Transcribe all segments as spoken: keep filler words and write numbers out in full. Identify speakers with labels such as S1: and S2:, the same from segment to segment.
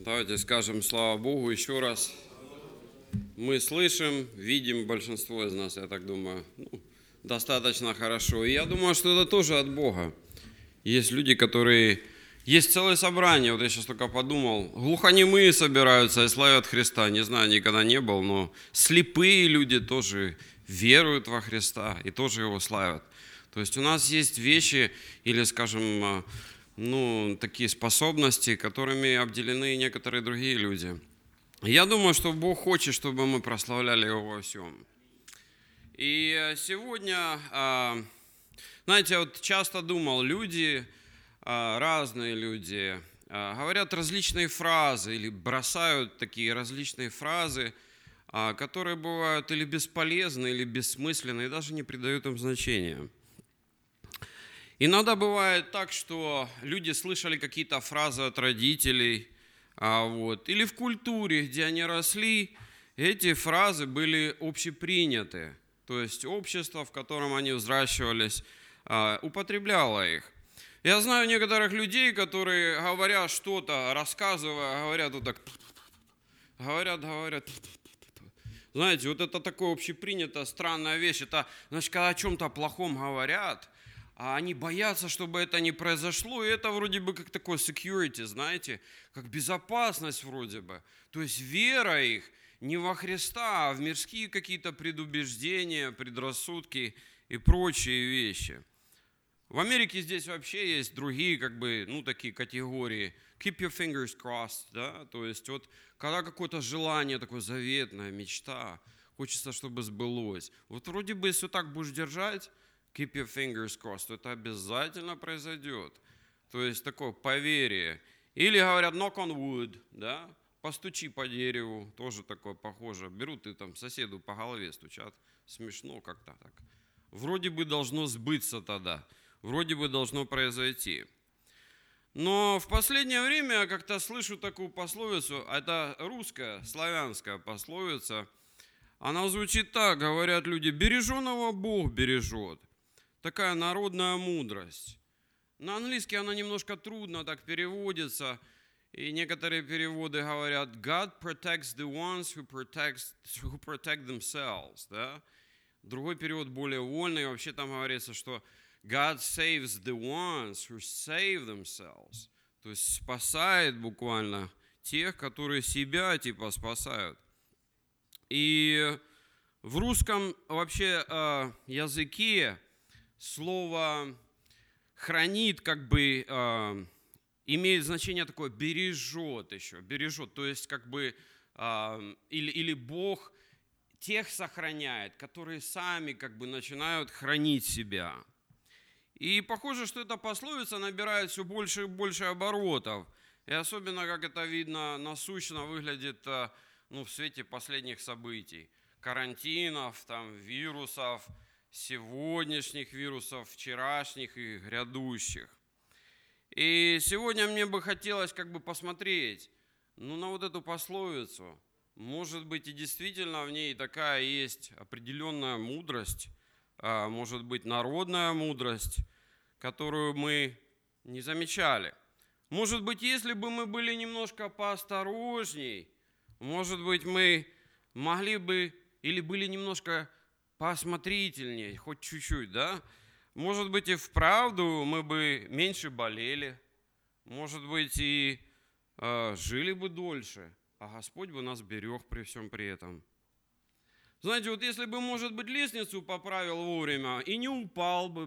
S1: Давайте скажем слава Богу еще раз. Мы слышим, видим большинство из нас, я так думаю, ну, достаточно хорошо. И я думаю, что это тоже от Бога. Есть люди, которые... Есть целое собрание, вот я сейчас только подумал, глухонемые собираются и славят Христа. Не знаю, никогда не был, но слепые люди тоже веруют во Христа и тоже Его славят. То есть у нас есть вещи или, скажем, ну, такие способности, которыми обделены некоторые другие люди. Я думаю, что Бог хочет, чтобы мы прославляли Его во всем. И сегодня, знаете, вот часто думал, люди, разные люди, говорят различные фразы или бросают такие различные фразы, которые бывают или бесполезны, или бессмысленны, и даже не придают им значения. Иногда бывает так, что люди слышали какие-то фразы от родителей, а вот, или в культуре, где они росли, эти фразы были общеприняты. То есть общество, в котором они взращивались, употребляло их. Я знаю некоторых людей, которые, говоря что-то, рассказывая, говорят вот так, говорят, говорят. Знаете, вот это такое общепринятая странная вещь. Это, значит, когда о чем-то плохом говорят, а они боятся, чтобы это не произошло, и это вроде бы как такое security, знаете, как безопасность вроде бы. То есть вера их не во Христа, а в мирские какие-то предубеждения, предрассудки и прочие вещи. В Америке здесь вообще есть другие, как бы, ну, такие категории. Keep your fingers crossed, да, то есть вот когда какое-то желание, такое заветное, мечта, хочется, чтобы сбылось. Вот вроде бы, если так будешь держать, keep your fingers crossed, то это обязательно произойдет. То есть такое поверие. Или говорят knock on wood, да, постучи по дереву, тоже такое похоже. Берут и там соседу по голове стучат. Смешно как-то так. Вроде бы должно сбыться тогда. Вроде бы должно произойти. Но в последнее время я как-то слышу такую пословицу, это русская, славянская пословица. Она звучит так, говорят люди, береженого Бог бережет. Такая народная мудрость. На английский она немножко трудно так переводится. И некоторые переводы говорят God protects the ones who, protects, who protect themselves. Да? Другой перевод более вольный. Вообще там говорится, что God saves the ones who save themselves. То есть спасает буквально тех, которые себя типа спасают. И в русском вообще э, языке слово хранит, как бы э, имеет значение такое, бережет еще, бережет. То есть как бы э, или, или Бог тех сохраняет, которые сами как бы начинают хранить себя. И похоже, что эта пословица набирает все больше и больше оборотов. И особенно, как это видно, насущно выглядит ну, в свете последних событий. Карантинов, там, вирусов, сегодняшних вирусов, вчерашних и грядущих. И сегодня мне бы хотелось как бы посмотреть ну, на вот эту пословицу. Может быть, и действительно в ней такая есть определенная мудрость, может быть, народная мудрость, которую мы не замечали. Может быть, если бы мы были немножко поосторожней, может быть, мы могли бы или были немножко поосмотрительнее, хоть чуть-чуть, да? Может быть, и вправду мы бы меньше болели, может быть, и э, жили бы дольше, а Господь бы нас берег при всем при этом. Знаете, вот если бы, может быть, лестницу поправил вовремя и не упал бы,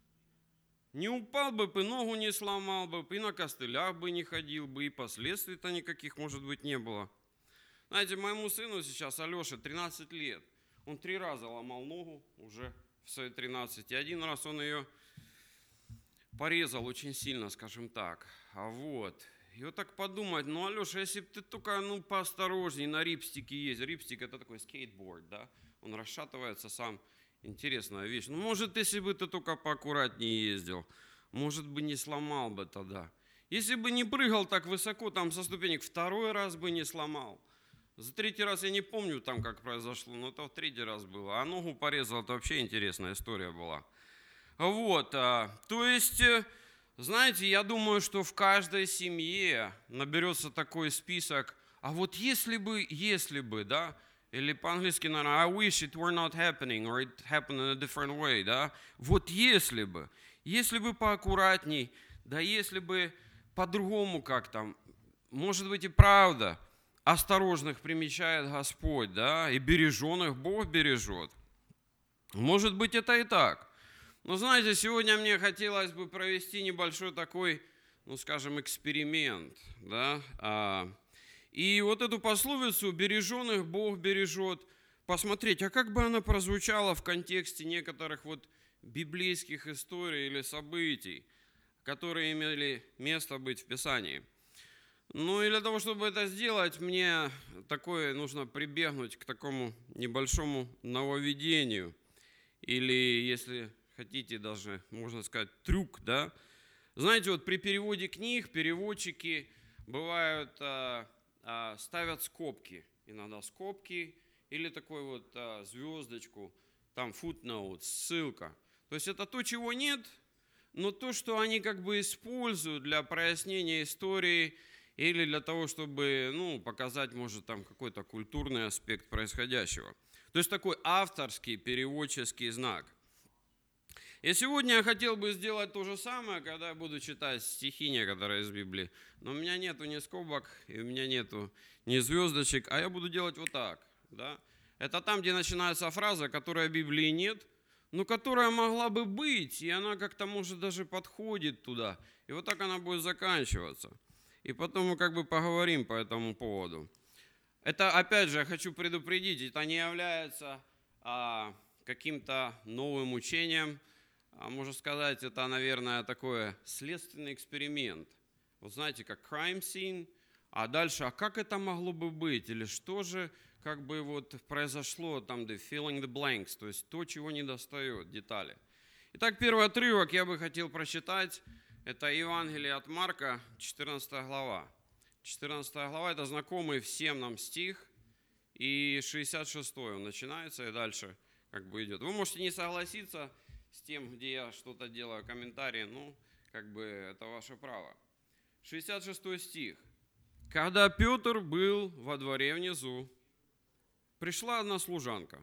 S1: не упал бы, и ногу не сломал бы, и на костылях бы не ходил бы, и последствий-то никаких, может быть, не было. Знаете, моему сыну сейчас, Алёше, тринадцать лет. Он три раза ломал ногу уже в свои тринадцать. И один раз он ее порезал очень сильно, скажем так. А вот... И вот так подумать, ну, Алеша, если бы ты только ну, поосторожнее, на рипстике есть. Рипстик – это такой скейтборд, да? Он расшатывается сам. Интересная вещь. Ну, может, если бы ты только поаккуратнее ездил, может бы не сломал бы тогда. Если бы не прыгал так высоко там со ступенек, второй раз бы не сломал. За третий раз я не помню там, как произошло, но это в третий раз было. А ногу порезал, это вообще интересная история была. Вот, то есть... Знаете, я думаю, что в каждой семье наберется такой список, а вот если бы, если бы, да, или по-английски, наверное, I wish it were not happening, or it happened in a different way, да, вот если бы, если бы поаккуратней, да если бы по-другому как там, может быть и правда, осторожных примечает Господь, да, и береженных Бог бережет. Может быть это и так. Но знаете, сегодня мне хотелось бы провести небольшой такой, ну скажем, эксперимент, да, а, и вот эту пословицу «береженных Бог бережет», посмотреть, а как бы она прозвучала в контексте некоторых вот библейских историй или событий, которые имели место быть в Писании. Ну и для того, чтобы это сделать, мне такое нужно прибегнуть к такому небольшому нововведению, или, если хотите, даже, можно сказать, трюк, да. Знаете, вот при переводе книг переводчики бывают, а, а, ставят скобки, иногда скобки, или такой вот а, звездочку, там footnote, ссылка. То есть это то, чего нет, но то, что они как бы используют для прояснения истории или для того, чтобы, ну, показать, может, там какой-то культурный аспект происходящего. То есть такой авторский переводческий знак. И сегодня я хотел бы сделать то же самое, когда я буду читать стихи некоторые из Библии. Но у меня нету ни скобок, и у меня нету ни звездочек, а я буду делать вот так. Да? Это там, где начинается фраза, которой в Библии нет, но которая могла бы быть, и она как-то, может, даже подходит туда. И вот так она будет заканчиваться. И потом мы как бы поговорим по этому поводу. Это, опять же, я хочу предупредить, это не является а, каким-то новым учением. А можно сказать, это, наверное, такой следственный эксперимент. Вот знаете, как crime scene, а дальше, а как это могло бы быть? Или что же как бы вот произошло там, the filling the blanks, то есть то, чего не достает, детали. Итак, первый отрывок я бы хотел прочитать. Это Евангелие от Марка, четырнадцатая глава. четырнадцатая глава – это знакомый всем нам стих, и шестьдесят шестой он начинается, и дальше как бы идет. Вы можете не согласиться с тем, где я что-то делаю, комментарии, ну, как бы это ваше право. шестьдесят шестой стих. «Когда Петр был во дворе внизу, пришла одна служанка,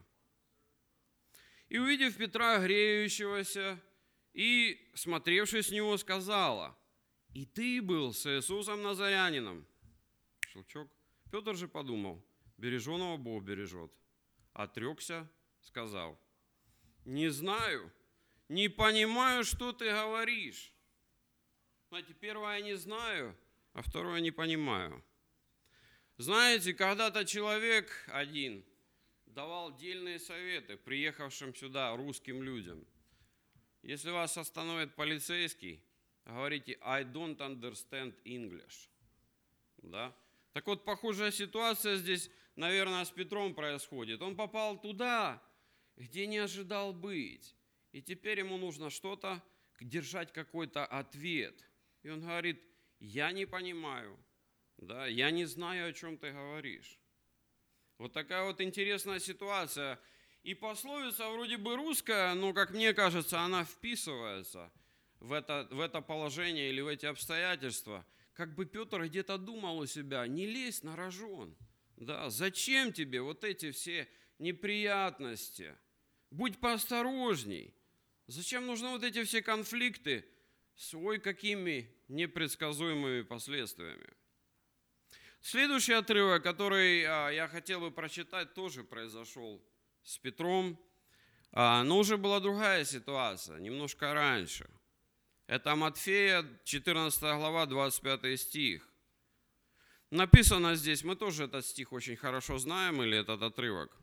S1: и, увидев Петра, греющегося, и, смотревшись с него, сказала: и ты был с Иисусом Назарянином». Щелчок. Петр же подумал: береженого Бог бережет. Отрекся, сказал: не знаю, не понимаю, что ты говоришь. Знаете, первое, я не знаю, а второе, не понимаю. Знаете, когда-то человек один давал дельные советы приехавшим сюда русским людям. Если вас остановит полицейский, говорите: I don't understand English. Да? Так вот, похожая ситуация здесь, наверное, с Петром происходит. Он попал туда, где не ожидал быть. И теперь ему нужно что-то, держать какой-то ответ. И он говорит: я не понимаю, да, я не знаю, о чем ты говоришь. Вот такая вот интересная ситуация. И пословица вроде бы русская, но, как мне кажется, она вписывается в это, в это положение или в эти обстоятельства. Как бы Петр где-то думал у себя: не лезь на рожон. Да, зачем тебе вот эти все неприятности? Будь поосторожней. Зачем нужны вот эти все конфликты с ой какими непредсказуемыми последствиями? Следующий отрывок, который я хотел бы прочитать, тоже произошел с Петром, но уже была другая ситуация, немножко раньше. Это Матфея, четырнадцатая глава, двадцать пятый стих. Написано здесь, мы тоже этот стих очень хорошо знаем, или этот отрывок.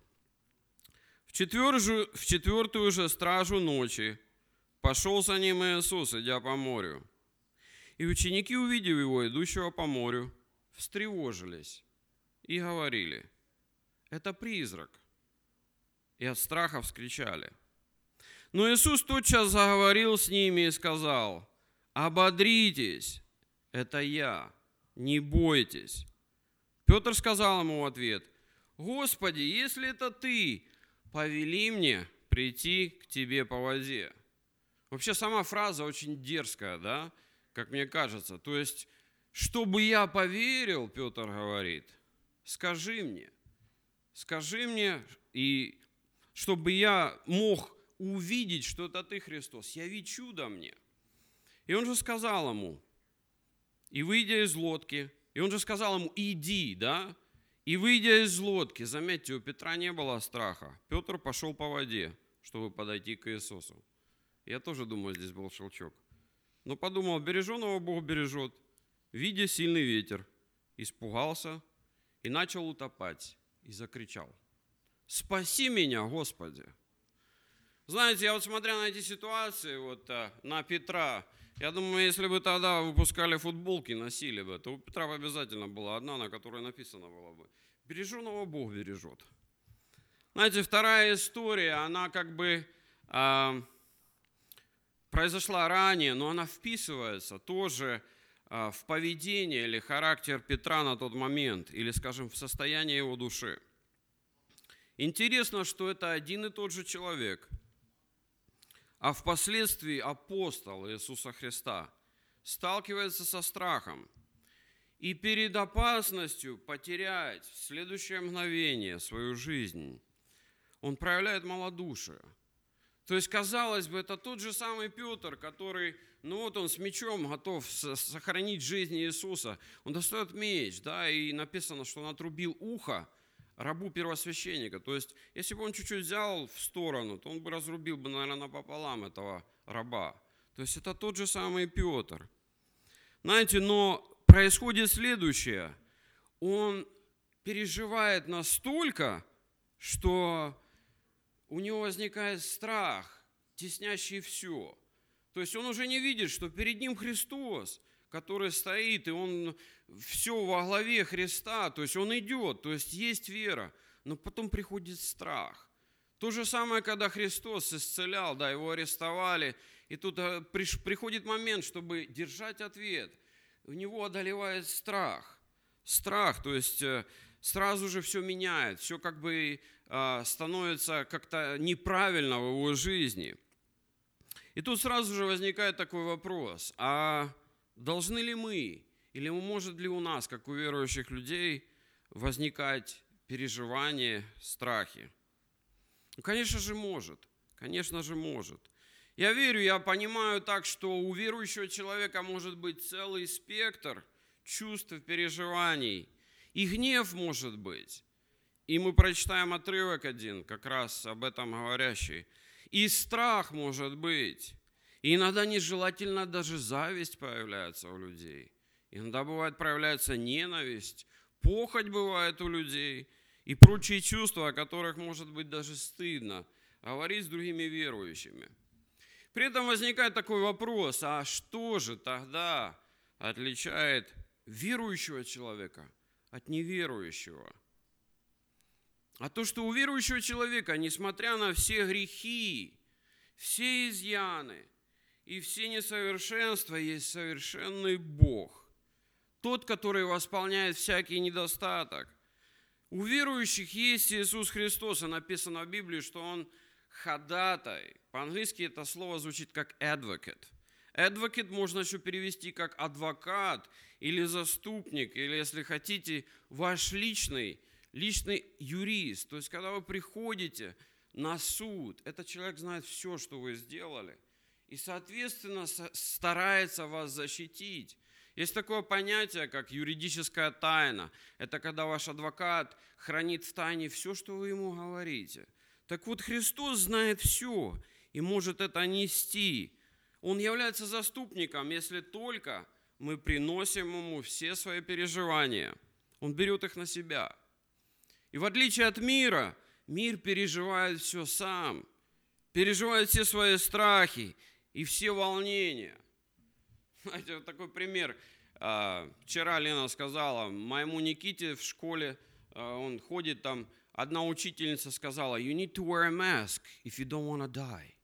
S1: В четвертую, в четвертую же стражу ночи пошел за ним Иисус, идя по морю. И ученики, увидев его, идущего по морю, встревожились и говорили: это призрак. И от страха вскричали. Но Иисус тотчас заговорил с ними и сказал: ободритесь, это я, не бойтесь. Петр сказал ему в ответ: Господи, если это ты, повели мне прийти к тебе по воде. Вообще сама фраза очень дерзкая, да? как мне кажется. То есть, чтобы я поверил, Петр говорит, скажи мне, скажи мне, и чтобы я мог увидеть, что это ты, Христос, яви чудо мне. И он же сказал ему, и выйдя из лодки, и он же сказал ему, иди, да, и выйдя из лодки, заметьте, у Петра не было страха. Петр пошел по воде, чтобы подойти к Иисусу. Я тоже думаю, здесь был щелчок. Но подумал, береженого Бог бережет. Видя сильный ветер, испугался и начал утопать, и закричал: «Спаси меня, Господи!» Знаете, я вот смотря на эти ситуации, вот на Петра, я думаю, если бы тогда выпускали футболки, носили бы, то у Петра обязательно была одна, на которой написано было бы: «Береженого Бог бережет». Знаете, вторая история, она как бы э, произошла ранее, но она вписывается тоже э, в поведение или характер Петра на тот момент, или, скажем, в состояние его души. Интересно, что это один и тот же человек, а впоследствии апостол Иисуса Христа сталкивается со страхом и перед опасностью потерять в следующее мгновение свою жизнь он проявляет малодушие. То есть, казалось бы, это тот же самый Петр, который, ну вот он с мечом готов сохранить жизнь Иисуса. Он достает меч, да, и написано, что он отрубил ухо рабу первосвященника. То есть, если бы он чуть-чуть взял в сторону, то он бы разрубил бы, наверное, напополам этого раба. То есть, это тот же самый Петр. Знаете, но происходит следующее. Он переживает настолько, что у него возникает страх, теснящий все. То есть, он уже не видит, что перед ним Христос, который стоит, и он все во главе Христа, то есть он идет, то есть есть вера, но потом приходит страх. То же самое, когда Христос исцелял, да, его арестовали, и тут приходит момент, чтобы держать ответ, у него одолевает страх. Страх, то есть сразу же все меняет, все как бы становится как-то неправильно в его жизни. И тут сразу же возникает такой вопрос, а должны ли мы, или может ли у нас, как у верующих людей, возникать переживания, страхи? Ну, конечно же, может. Конечно же, может. Я верю, я понимаю так, что у верующего человека может быть целый спектр чувств и переживаний. И гнев может быть. И мы прочитаем отрывок один, как раз об этом говорящий. И страх может быть. И иногда нежелательно даже зависть появляется у людей. Иногда бывает проявляется ненависть, похоть бывает у людей и прочие чувства, о которых может быть даже стыдно говорить с другими верующими. При этом возникает такой вопрос, а что же тогда отличает верующего человека от неверующего? А то, что у верующего человека, несмотря на все грехи, все изъяны и все несовершенства, есть совершенный Бог. Тот, который восполняет всякий недостаток. У верующих есть Иисус Христос, и написано в Библии, что Он ходатай. По-английски это слово звучит как advocate. Advocate можно еще перевести как адвокат или заступник, или, если хотите, ваш личный, личный юрист. То есть, когда вы приходите на суд, этот человек знает все, что вы сделали, и, соответственно, старается вас защитить. Есть такое понятие, как юридическая тайна. Это когда ваш адвокат хранит в тайне все, что вы ему говорите. Так вот, Христос знает все и может это нести. Он является заступником, если только мы приносим ему все свои переживания. Он берет их на себя. И в отличие от мира, мир переживает все сам, переживает все свои страхи и все волнения. Знаете, вот такой пример. Вчера Лена сказала, моему Никите в школе, он ходит там, одна учительница сказала, you need to wear a mask if you don't want to die.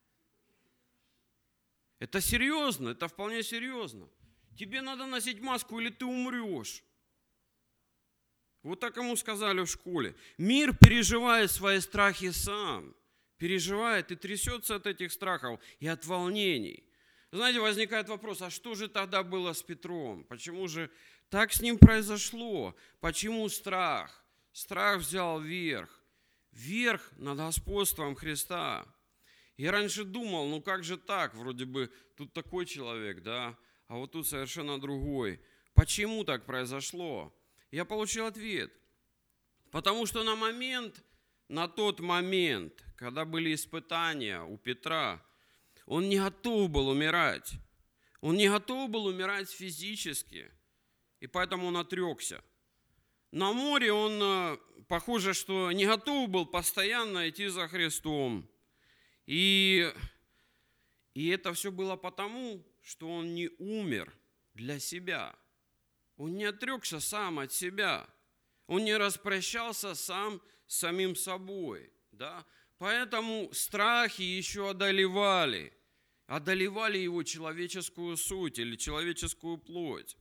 S1: Это серьезно, это вполне серьезно. Тебе надо носить маску, или ты умрешь. Вот так ему сказали в школе. Мир переживает свои страхи сам. Переживает и трясется от этих страхов и от волнений. Знаете, возникает вопрос, а что же тогда было с Петром? Почему же так с ним произошло? Почему страх? Страх взял верх. Верх над господством Христа. Я раньше думал, ну как же так? Вроде бы тут такой человек, да, а вот тут совершенно другой. Почему так произошло? Я получил ответ. Потому что на момент, на тот момент, когда были испытания у Петра, он не готов был умирать. Он не готов был умирать физически. И поэтому он отрекся. На море он, похоже, что не готов был постоянно идти за Христом. И, и это все было потому, что он не умер для себя. Он не отрекся сам от себя. Он не распрощался сам с самим собой. Да? Поэтому страхи еще одолевали. Одолевали его человеческую суть или человеческую плоть.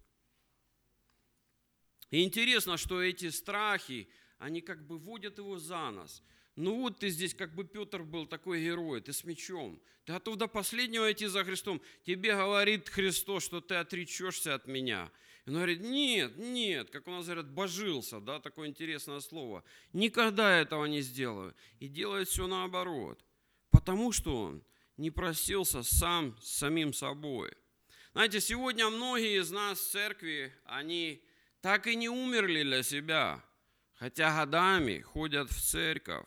S1: И интересно, что эти страхи, они как бы водят его за нос. Ну вот ты здесь как бы Петр был такой герой, ты с мечом. Ты готов до последнего идти за Христом. Тебе говорит Христос, что ты отречешься от меня. И он говорит, нет, нет, как у нас говорят, божился, да, такое интересное слово. Никогда этого не сделаю. И делает все наоборот. Потому что он не простился сам с самим собой. Знаете, сегодня многие из нас в церкви, они так и не умерли для себя, хотя годами ходят в церковь.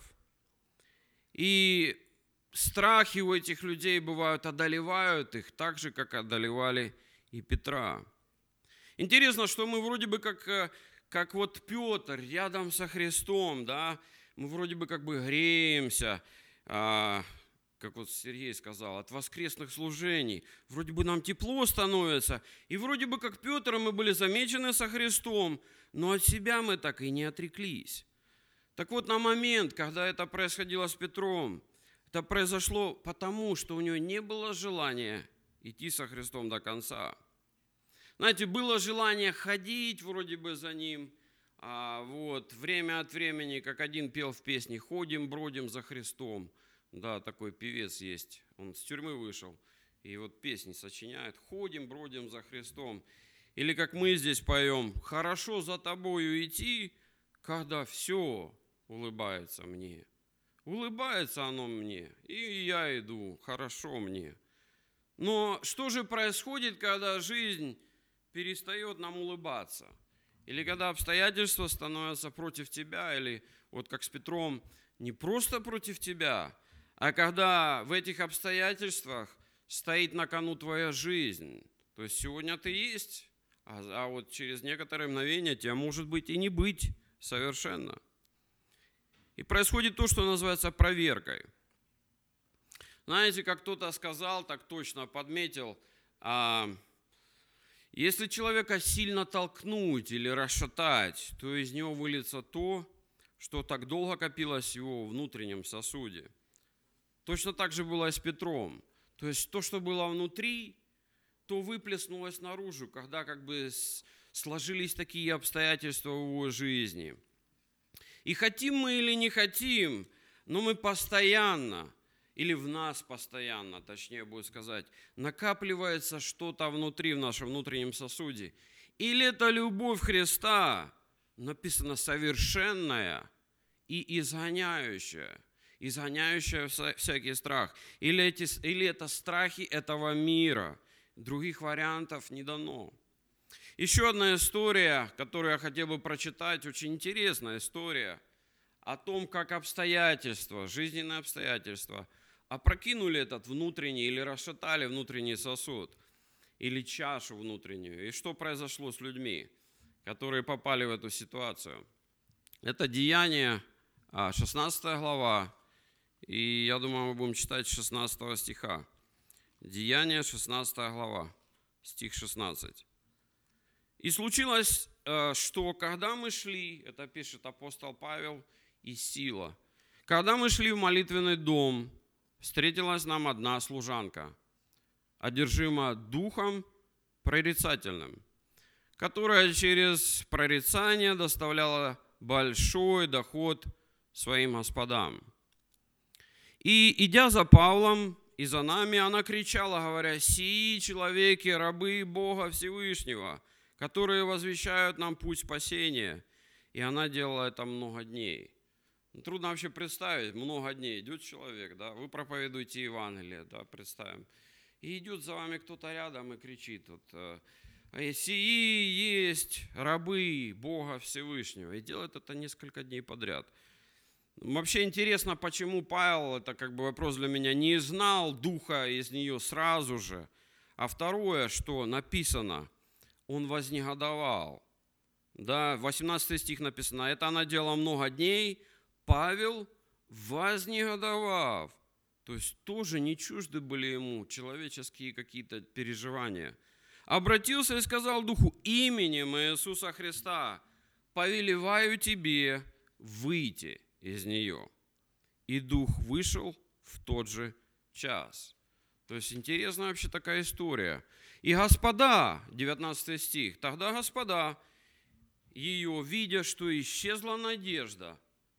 S1: И страхи у этих людей бывают, одолевают их так же, как одолевали и Петра. Интересно, что мы вроде бы как, как вот Петр рядом со Христом, да, мы вроде бы как бы греемся, а, как вот Сергей сказал, от воскресных служений. Вроде бы нам тепло становится, и вроде бы как Петр мы были замечены со Христом, но от себя мы так и не отреклись. Так вот, на момент, когда это происходило с Петром, это произошло потому, что у него не было желания идти со Христом до конца. Знаете, было желание ходить вроде бы за ним, а вот время от времени, как один пел в песне, ходим, бродим за Христом. Да, такой певец есть, он с тюрьмы вышел, и вот песни сочиняет, ходим, бродим за Христом. Или как мы здесь поем, хорошо за тобою идти, когда все улыбается мне. Улыбается оно мне, и я иду, хорошо мне. Но что же происходит, когда жизнь перестает нам улыбаться? Или когда обстоятельства становятся против тебя, или вот как с Петром, не просто против тебя, а когда в этих обстоятельствах стоит на кону твоя жизнь. То есть сегодня ты есть, а, а вот через некоторое мгновение тебя может быть и не быть совершенно. И происходит то, что называется проверкой. Знаете, как кто-то сказал, так точно подметил, а, если человека сильно толкнуть или расшатать, то из него выльется то, что так долго копилось в его внутреннем сосуде. Точно так же было и с Петром. То есть то, что было внутри, то выплеснулось наружу, когда как бы сложились такие обстоятельства в его жизни. И хотим мы или не хотим, но мы постоянно, или в нас постоянно, точнее будет сказать, накапливается что-то внутри, в нашем внутреннем сосуде. Или это любовь Христа, написано совершенная и изгоняющая. изгоняющая всякий страх. Или, эти, или это страхи этого мира. Других вариантов не дано. Еще одна история, которую я хотел бы прочитать, очень интересная история о том, как обстоятельства, жизненные обстоятельства опрокинули этот внутренний или расшатали внутренний сосуд или чашу внутреннюю. И что произошло с людьми, которые попали в эту ситуацию. Это Деяния, шестнадцатая глава. И я думаю, мы будем читать шестнадцатого стиха. Деяния, шестнадцатая глава, стих шестнадцать. «И случилось, что когда мы шли, это пишет апостол Павел и Сила, когда мы шли в молитвенный дом, встретилась нам одна служанка, одержима духом прорицательным, которая через прорицание доставляла большой доход своим господам. И, идя за Павлом, и за нами она кричала, говоря: «Сии человеки, рабы Бога Всевышнего, которые возвещают нам путь спасения». И она делала это много дней. Трудно вообще представить, много дней идет человек, да, вы проповедуете Евангелие, да, представим. И идет за вами кто-то рядом и кричит: вот, «Сии есть рабы Бога Всевышнего». И делает это несколько дней подряд. Вообще интересно, почему Павел, это как бы вопрос для меня, не знал духа из нее сразу же. А второе, что написано, он вознегодовал. Да, восемнадцатый стих написано: это она делала много дней, Павел вознегодовав. То есть тоже не чужды были ему человеческие какие-то переживания. Обратился и сказал духу: именем Иисуса Христа повелеваю тебе выйти из нее. И дух вышел в тот же час. То есть интересная вообще такая история. И господа, девятнадцатый стих, тогда господа ее, видя, что исчезла надежда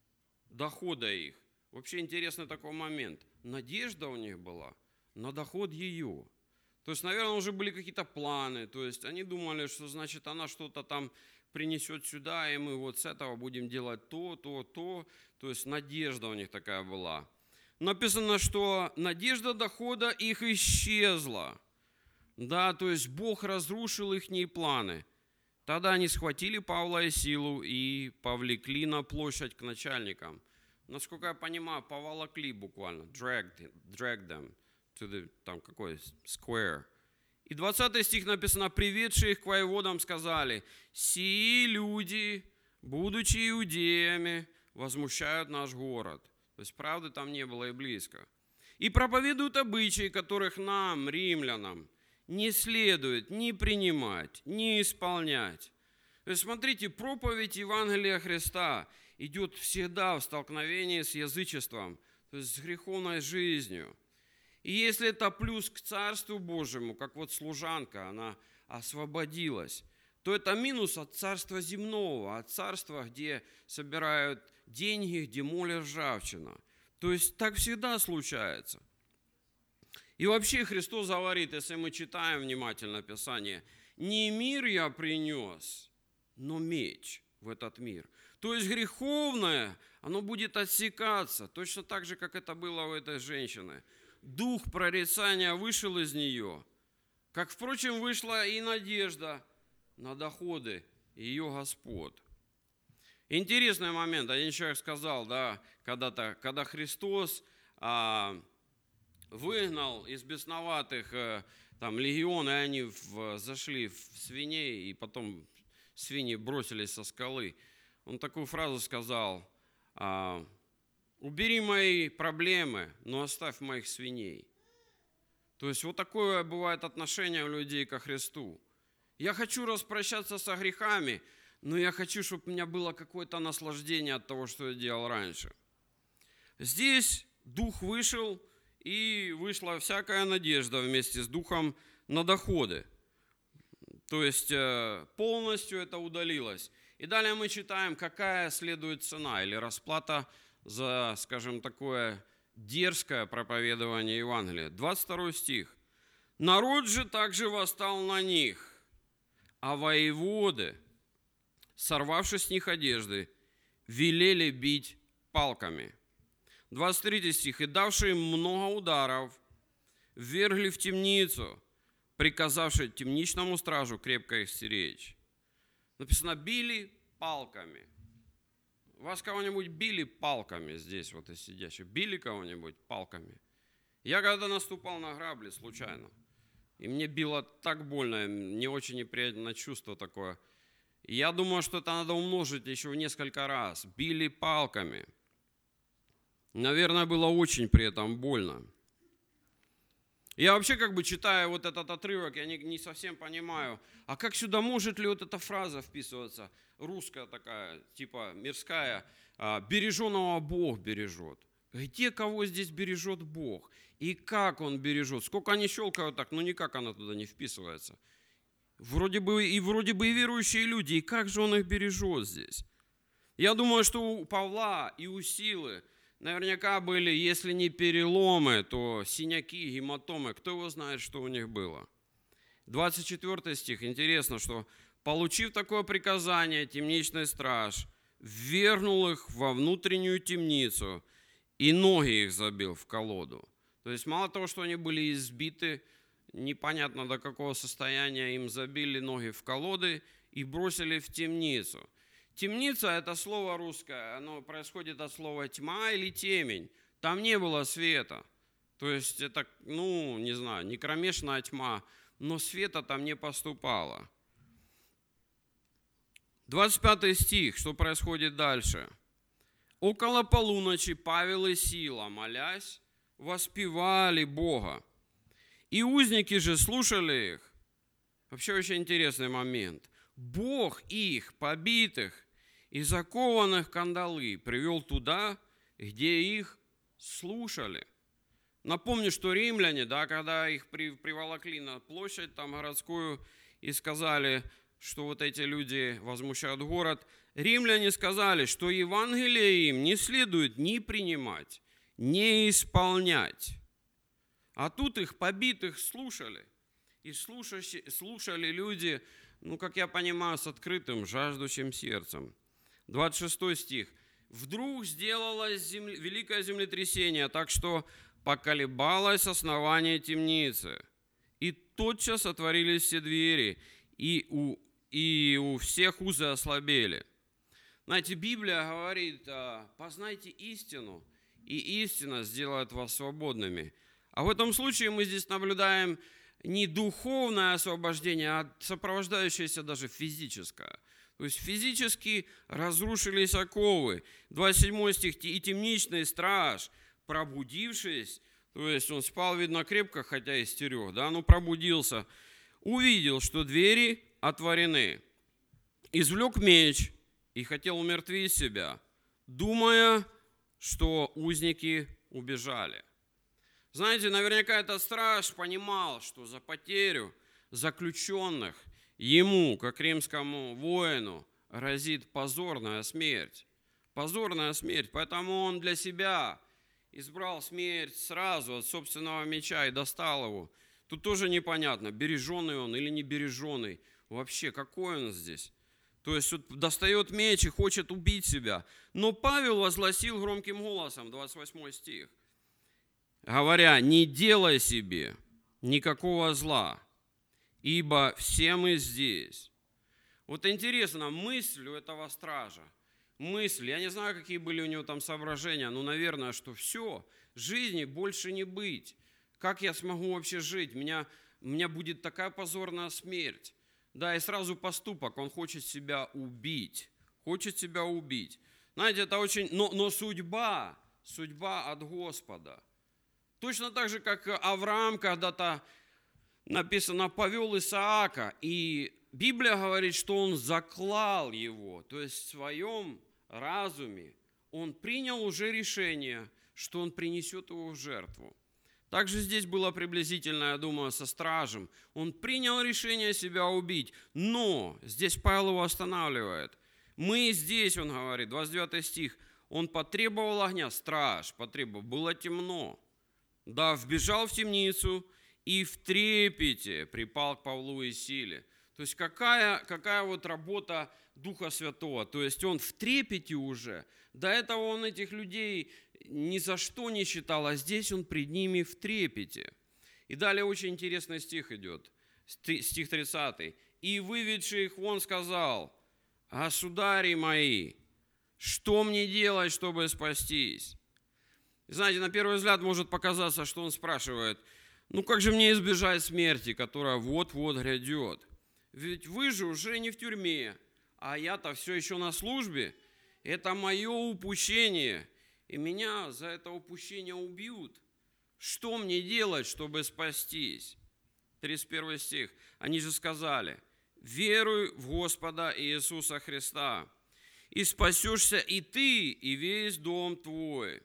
S1: дохода их. Вообще интересный такой момент. Надежда у них была на доход ее. То есть, наверное, уже были какие-то планы. То есть они думали, что значит она что-то там принесет сюда, и мы вот с этого будем делать то, то, то. То есть надежда у них такая была. Написано, что надежда дохода их исчезла. Да, то есть Бог разрушил их планы. Тогда они схватили Павла и Силу и повлекли на площадь к начальникам. Насколько я понимаю, поволокли буквально, dragged, dragged them to the, там какой, square. И двадцатый стих написано: приведшие их к воеводам сказали: сии люди, будучи иудеями, возмущают наш город. То есть правды там не было и близко. И проповедуют обычаи, которых нам, римлянам, не следует ни принимать, ни исполнять. То есть смотрите, проповедь Евангелия Христа идет всегда в столкновении с язычеством, то есть с греховной жизнью. И если это плюс к Царству Божьему, как вот служанка, она освободилась, то это минус от царства земного, от царства, где собирают деньги, где молят ржавчина. То есть так всегда случается. И вообще Христос говорит, если мы читаем внимательно Писание: не мир я принес, но меч в этот мир. То есть греховное, оно будет отсекаться, точно так же, как это было у этой женщины. Дух прорицания вышел из нее, как, впрочем, вышла и надежда на доходы ее господ. Интересный момент. Один человек сказал, да, когда-то, когда Христос а, выгнал из бесноватых а, там, легион, и они в, зашли в свиней, и потом свиньи бросились со скалы. Он такую фразу сказал: а, убери мои проблемы, но оставь моих свиней. То есть вот такое бывает отношение у людей ко Христу. Я хочу распрощаться со грехами, но я хочу, чтобы у меня было какое-то наслаждение от того, что я делал раньше. Здесь дух вышел, и вышла всякая надежда вместе с духом на доходы. То есть полностью это удалилось. И далее мы читаем, какая следует цена или расплата за, скажем, такое дерзкое проповедование Евангелия. двадцать второй стих. «Народ же также восстал на них, а воеводы, сорвавши с них одежды, велели бить палками». двадцать третий стих. «И давши им много ударов, ввергли в темницу, приказавши темничному стражу крепко их стеречь». Написано: били палками. Вас кого-нибудь били палками здесь, вот из сидящих? Били кого-нибудь палками? Я когда наступал на грабли случайно, и мне било так больно, не очень неприятное чувство такое. И я думаю, что это надо умножить еще в несколько раз. Били палками. Наверное, было очень при этом больно. Я вообще как бы читая вот этот отрывок, я не, не совсем понимаю, а как сюда может ли вот эта фраза вписываться, русская такая, типа мирская: «береженого Бог бережет». Где кого здесь бережет Бог? И как Он бережет? Сколько они щелкают так, но никак она туда не вписывается. Вроде бы и вроде бы и верующие люди, и как же Он их бережет здесь? Я думаю, что у Павла и у Силы, наверняка были, если не переломы, то синяки, гематомы. Кто его знает, что у них было? двадцать четвёртый стих. Интересно, что получив такое приказание, темничный страж ввергнул их во внутреннюю темницу и ноги их забил в колоду. То есть мало того, что они были избиты, непонятно до какого состояния, им забили ноги в колоды и бросили в темницу. Темница – это слово русское, оно происходит от слова тьма или темень. Там не было света. То есть это, ну, не знаю, не кромешная тьма, но света там не поступало. двадцать пятый стих, что происходит дальше? «Около полуночи Павел и Сила, молясь, воспевали Бога. И узники же слушали их». Вообще очень интересный момент. Бог их, побитых и закованных в кандалы, привел туда, где их слушали. Напомню, что римляне, да, когда их приволокли на площадь там городскую и сказали, что вот эти люди возмущают город, римляне сказали, что Евангелие им не следует ни принимать, ни исполнять. А тут их побитых слушали. И слушали люди, ну, как я понимаю, с открытым, жаждущим сердцем. двадцать шестой стих. «Вдруг сделалось земле, великое землетрясение, так что поколебалось основание темницы. И тотчас отворились все двери, и у, и у всех узы ослабели». Знаете, Библия говорит, познайте истину, и истина сделает вас свободными. А в этом случае мы здесь наблюдаем не духовное освобождение, а сопровождающееся даже физическое. То есть физически разрушились оковы. двадцать седьмой стих. «И темничный страж, пробудившись», то есть он спал, видно, крепко, хотя и стерег, да, но пробудился, увидел, что двери отворены, извлек меч и хотел умертвить себя, думая, что узники убежали. Знаете, наверняка этот страж понимал, что за потерю заключенных ему, как римскому воину, грозит позорная смерть. Позорная смерть. Поэтому он для себя избрал смерть сразу от собственного меча и достал его. Тут тоже непонятно, береженный он или не береженный. Вообще, какой он здесь? То есть вот достает меч и хочет убить себя. Но Павел возгласил громким голосом, двадцать восьмой стих, говоря, не делай себе никакого зла, ибо все мы здесь. Вот интересно, мысль у этого стража, мысль, я не знаю, какие были у него там соображения, но, наверное, что все, жизни больше не быть. Как я смогу вообще жить? Меня, у меня будет такая позорная смерть. Да, и сразу поступок, он хочет себя убить, хочет себя убить. Знаете, это очень, но, но судьба, судьба от Господа. Точно так же, как Авраам когда-то, написано, повел Исаака, и Библия говорит, что он заклал его, то есть в своем разуме он принял уже решение, что он принесет его в жертву. Также здесь было приблизительно, я думаю, со стражем. Он принял решение себя убить, но здесь Павел его останавливает. Мы здесь, он говорит, двадцать девятый стих, он потребовал огня, страж потребовал, было темно. Да, вбежал в темницу и в трепете припал к Павлу и Силе. То есть какая, какая вот работа Духа Святого. То есть он в трепете уже. До этого он этих людей ни за что не считал, а здесь он пред ними в трепете. И далее очень интересный стих идет, стих тридцатый. «И выведший их вон сказал, государи мои, что мне делать, чтобы спастись?» Знаете, на первый взгляд может показаться, что он спрашивает, ну как же мне избежать смерти, которая вот-вот грядет? Ведь вы же уже не в тюрьме, а я-то все еще на службе. Это мое упущение, и меня за это упущение убьют. Что мне делать, чтобы спастись? тридцать первый стих. Они же сказали, веруй в Господа Иисуса Христа, и спасешься и ты, и весь дом твой.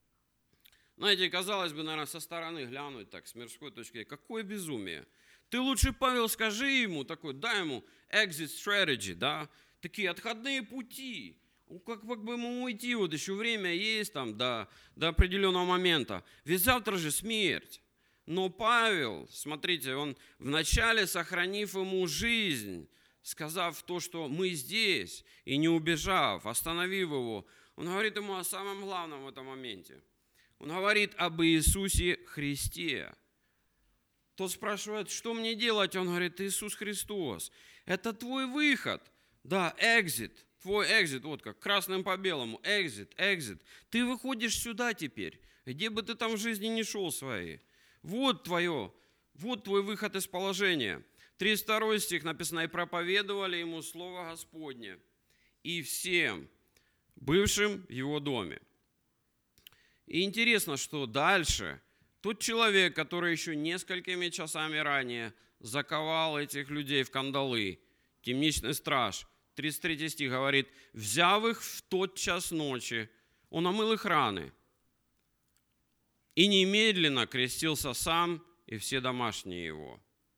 S1: Знаете, казалось бы, наверное, со стороны глянуть так, с мирской точки, какое безумие. Ты лучше, Павел, скажи ему, такой, дай ему exit strategy, да, такие отходные пути. как, как бы ему уйти, вот еще время есть там до, до определенного момента. Ведь завтра же смерть. Но Павел, смотрите, он вначале, сохранив ему жизнь, сказав то, что мы здесь, и не убежав, остановив его, он говорит ему о самом главном в этом моменте. Он говорит об Иисусе Христе. Тот спрашивает, что мне делать? Он говорит, Иисус Христос. Это твой выход. Да, exit, твой exit, вот как, красным по белому, exit, exit. Ты выходишь сюда теперь, где бы ты там в жизни не шел своей. Вот твое, вот твой выход из положения. тридцать второй стих написано, и проповедовали ему слово Господне и всем, бывшим в его доме. И интересно, что дальше тот человек, который еще несколькими часами ранее заковал этих людей в кандалы, темничный страж, тридцать третий стих говорит, взяв их в тот час ночи, он омыл их раны и немедленно крестился сам и все домашние его.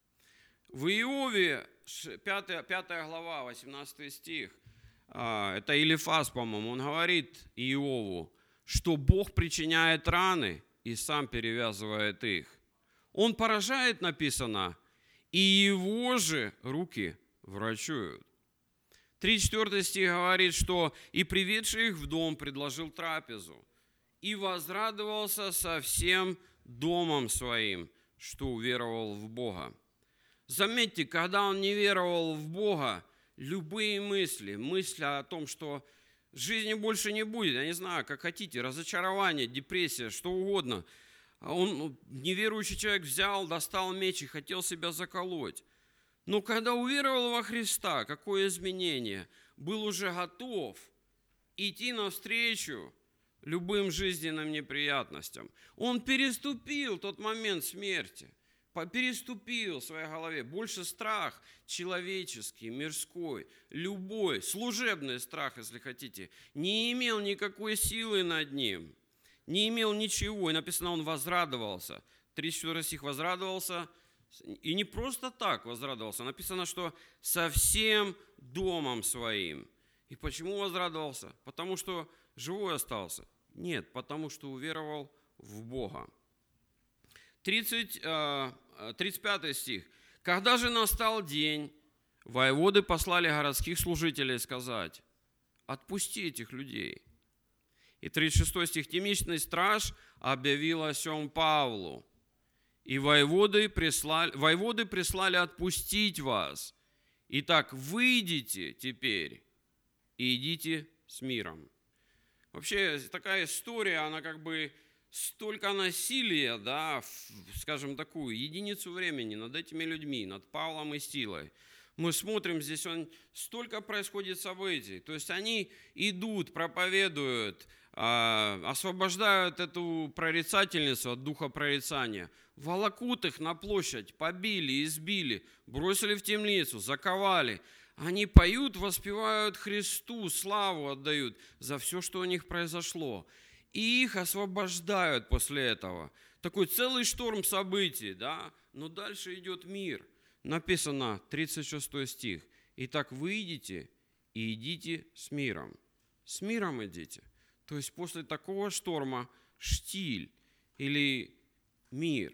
S1: В Иове, пятая глава, восемнадцатый стих, это Илифаз, по-моему, он говорит Иову, что Бог причиняет раны и сам перевязывает их. Он поражает, написано, и его же руки врачуют. тридцать четвёртый стих говорит, что и приведший их в дом предложил трапезу, и возрадовался со всем домом своим, что уверовал в Бога. Заметьте, когда он не веровал в Бога, любые мысли, мысли о том, что жизни больше не будет, я не знаю, как хотите, разочарование, депрессия, что угодно. Он, неверующий человек, взял, достал меч и хотел себя заколоть. Но когда уверовал во Христа, какое изменение? Был уже готов идти навстречу любым жизненным неприятностям. Он переступил тот момент смерти, переступил в своей голове. Больше страх человеческий, мирской, любой, служебный страх, если хотите, не имел никакой силы над ним, не имел ничего. И написано, он возрадовался. тридцать четвёртый стих возрадовался. И не просто так возрадовался. Написано, что со всем домом своим. И почему возрадовался? Потому что живой остался? Нет, потому что уверовал в Бога. тридцать, тридцать пятый стих. Когда же настал день, воеводы послали городских служителей сказать, отпусти этих людей. И тридцать шестой стих. Темничный страж объявил о сем Павлу. И воеводы прислали, воеводы прислали отпустить вас. Итак, выйдите теперь и идите с миром. Вообще, такая история, она как бы столько насилия, да, в, скажем, такую единицу времени над этими людьми, над Павлом и Силой. Мы смотрим, здесь он, столько происходит событий. То есть они идут, проповедуют, э, освобождают эту прорицательницу от духа прорицания, волокут их на площадь, побили, избили, бросили в темницу, заковали. Они поют, воспевают Христу, славу отдают за все, что у них произошло. И их освобождают после этого. Такой целый шторм событий, да? Но дальше идет мир. Написано, тридцать шестой стих. Итак, выйдите и идите с миром. С миром идите. То есть после такого шторма штиль или мир.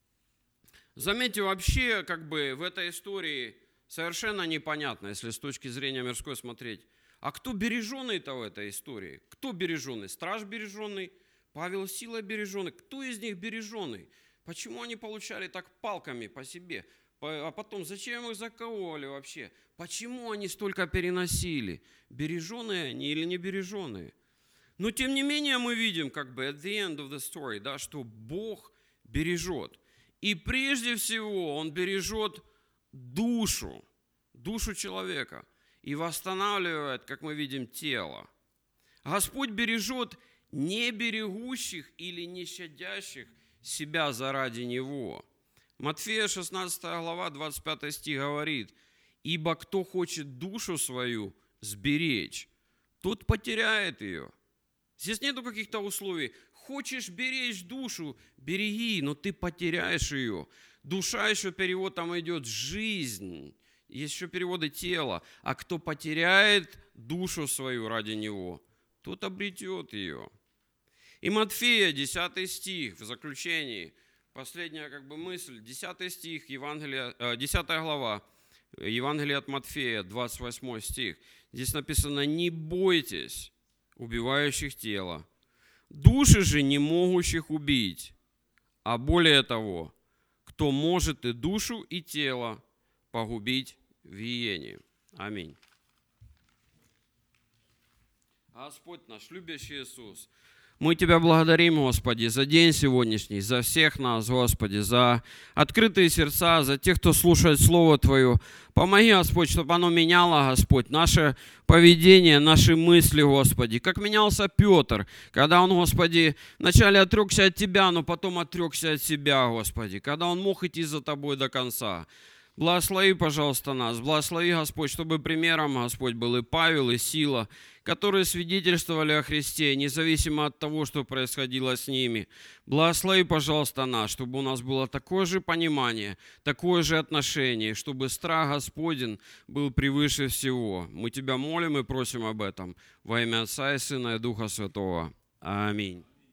S1: Заметьте, вообще, как бы в этой истории совершенно непонятно, если с точки зрения мирской смотреть. А кто береженный-то в этой истории? Кто береженный? Страж береженный? Павел Сила береженный? Кто из них береженный? Почему они получали так палками по себе? А потом, зачем их заковывали вообще? Почему они столько переносили? Береженные они или не береженные? Но тем не менее мы видим, как бы at the end of the story, да, что Бог бережет. И прежде всего Он бережет душу, душу человека и восстанавливает, как мы видим, тело. Господь бережет не берегущих или не щадящих себя заради Него. Матфея шестнадцатая глава, двадцать пятый стих говорит, «Ибо кто хочет душу свою сберечь, тот потеряет ее». Здесь нету каких-то условий. Хочешь беречь душу, береги, но ты потеряешь ее. Душа еще перевод там идет жизнь, Есть еще переводы «тело». А кто потеряет душу свою ради него, тот обретет ее. И Матфея, десятый стих, в заключении, последняя как бы мысль, десятый стих, Евангелия, десятая глава, Евангелие от Матфея, двадцать восьмой стих. Здесь написано: «Не бойтесь убивающих тело, души же не могущих убить, а более того, кто может и душу, и тело погубить в гиене». Аминь. Господь наш, любящий Иисус, мы Тебя благодарим, Господи, за день сегодняшний, за всех нас, Господи, за открытые сердца, за тех, кто слушает Слово Твое. Помоги, Господь, чтобы оно меняло, Господь, наше поведение, наши мысли, Господи. Как менялся Петр, когда он, Господи, вначале отрекся от Тебя, но потом отрекся от себя, Господи, когда он мог идти за Тобой до конца. Благослови, пожалуйста, нас. Благослови, Господь, чтобы примером, Господь, был и Павел, и Сила, которые свидетельствовали о Христе, независимо от того, что происходило с ними. Благослови, пожалуйста, нас, чтобы у нас было такое же понимание, такое же отношение, чтобы страх Господень был превыше всего. Мы Тебя молим и просим об этом во имя Отца и Сына и Духа Святого. Аминь.